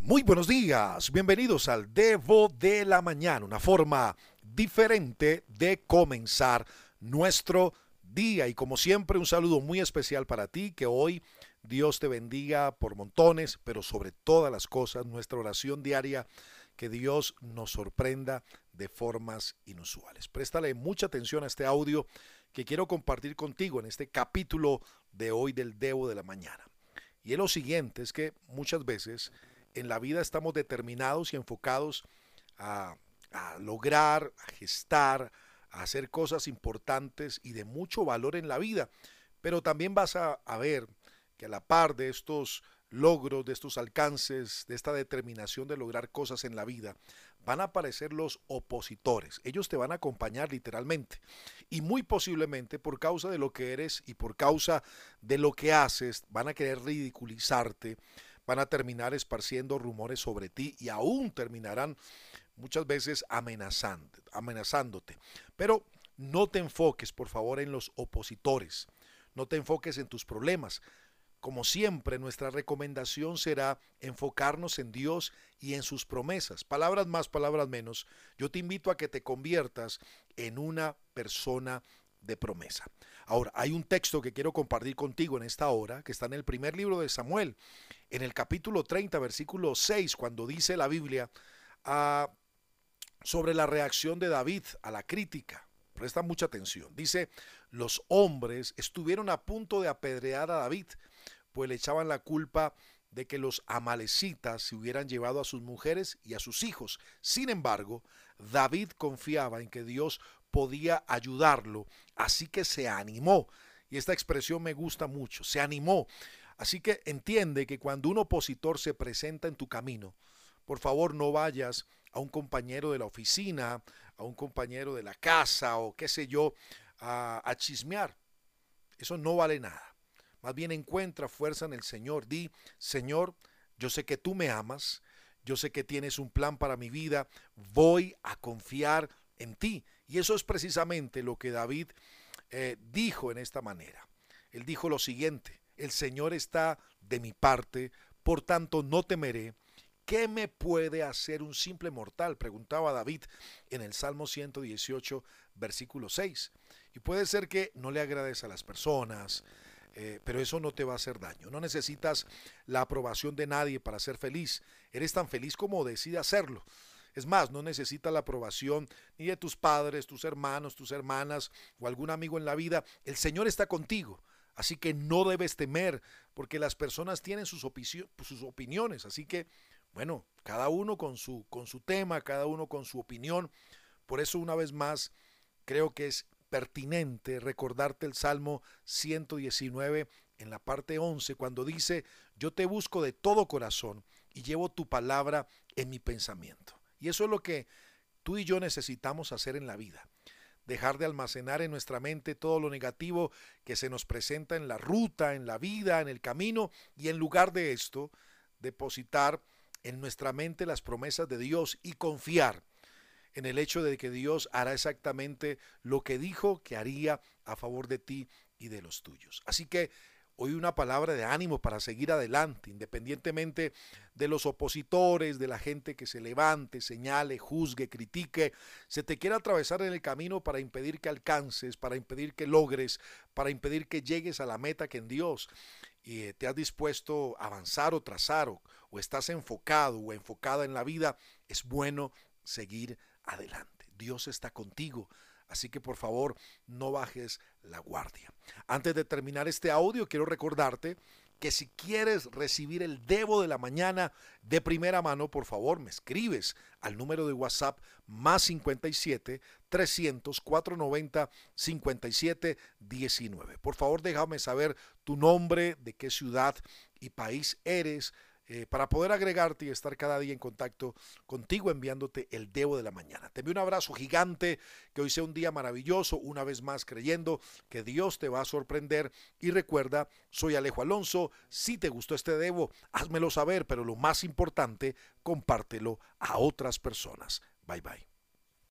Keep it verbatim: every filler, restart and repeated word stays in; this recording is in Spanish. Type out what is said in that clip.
Muy buenos días, bienvenidos al Devo de la Mañana, una forma diferente de comenzar nuestro día. Y como siempre, un saludo muy especial para ti, que hoy Dios te bendiga por montones, pero sobre todas las cosas, nuestra oración diaria, que Dios nos sorprenda de formas inusuales. Préstale mucha atención a este audio que quiero compartir contigo en este capítulo de hoy del Devo de la Mañana. Y es lo siguiente, es que muchas veces en la vida estamos determinados y enfocados a, a lograr, a gestar, a hacer cosas importantes y de mucho valor en la vida. Pero también vas a, a ver que a la par de estos logros, de estos alcances, de esta determinación de lograr cosas en la vida, van a aparecer los opositores. Ellos te van a acompañar literalmente y muy posiblemente por causa de lo que eres y por causa de lo que haces, van a querer ridiculizarte, van a terminar esparciendo rumores sobre ti y aún terminarán muchas veces amenazando, amenazándote. Pero no te enfoques, por favor, en los opositores. No te enfoques en tus problemas. Como siempre, nuestra recomendación será enfocarnos en Dios y en sus promesas. Palabras más, palabras menos. Yo te invito a que te conviertas en una persona de promesa. Ahora, hay un texto que quiero compartir contigo en esta hora, que está en el primer libro de Samuel, en el capítulo treinta, versículo seis, cuando dice la Biblia uh, sobre la reacción de David a la crítica. Presta mucha atención. Dice, los hombres estuvieron a punto de apedrear a David, pues le echaban la culpa de que los amalecitas se hubieran llevado a sus mujeres y a sus hijos. Sin embargo, David confiaba en que Dios podía ayudarlo, así que se animó. Y esta expresión me gusta mucho, se animó. Así que entiende que cuando un opositor se presenta en tu camino, por favor no vayas a un compañero de la oficina, a un compañero de la casa o qué sé yo, a, a chismear. Eso no vale nada. Más bien encuentra fuerza en el Señor. Di, Señor, yo sé que tú me amas, yo sé que tienes un plan para mi vida, voy a confiar en ti. Y eso es precisamente lo que David eh, dijo en esta manera. Él dijo lo siguiente, el Señor está de mi parte, por tanto no temeré. ¿Qué me puede hacer un simple mortal?, preguntaba David en el Salmo ciento dieciocho, versículo seis. Y puede ser que no le agrades a las personas, Eh, pero eso no te va a hacer daño. No necesitas la aprobación de nadie para ser feliz. Eres tan feliz como decides hacerlo. Es más, no necesitas la aprobación ni de tus padres, tus hermanos, tus hermanas o algún amigo en la vida. El Señor está contigo. Así que no debes temer, porque las personas tienen sus, sus opiniones. Así que, bueno, cada uno con su, con su tema, cada uno con su opinión. Por eso, una vez más, creo que es pertinente recordarte el Salmo ciento diecinueve en la parte once, cuando dice, yo te busco de todo corazón y llevo tu palabra en mi pensamiento. Y eso es lo que tú y yo necesitamos hacer en la vida. Dejar de almacenar en nuestra mente todo lo negativo que se nos presenta en la ruta, en la vida, en el camino, y en lugar de esto, depositar en nuestra mente las promesas de Dios y confiar en el hecho de que Dios hará exactamente lo que dijo que haría a favor de ti y de los tuyos. Así que hoy una palabra de ánimo para seguir adelante, independientemente de los opositores, de la gente que se levante, señale, juzgue, critique, se te quiera atravesar en el camino para impedir que alcances, para impedir que logres, para impedir que llegues a la meta que en Dios y te has dispuesto a avanzar o trazar, o, o estás enfocado o enfocada en la vida, es bueno seguir adelante. Dios está contigo, así que por favor no bajes la guardia. Antes de terminar este audio, quiero recordarte que si quieres recibir el Devo de la Mañana de primera mano, por favor me escribes al número de WhatsApp más cincuenta y siete, trescientos, cuatrocientos noventa, cincuenta y siete diecinueve. Por favor déjame saber tu nombre, de qué ciudad y país eres, Eh, para poder agregarte y estar cada día en contacto contigo enviándote el Devo de la Mañana. Te envío un abrazo gigante, que hoy sea un día maravilloso, una vez más creyendo que Dios te va a sorprender. Y recuerda, soy Alejo Alonso. Si te gustó este Devo, házmelo saber, pero lo más importante, compártelo a otras personas. Bye bye.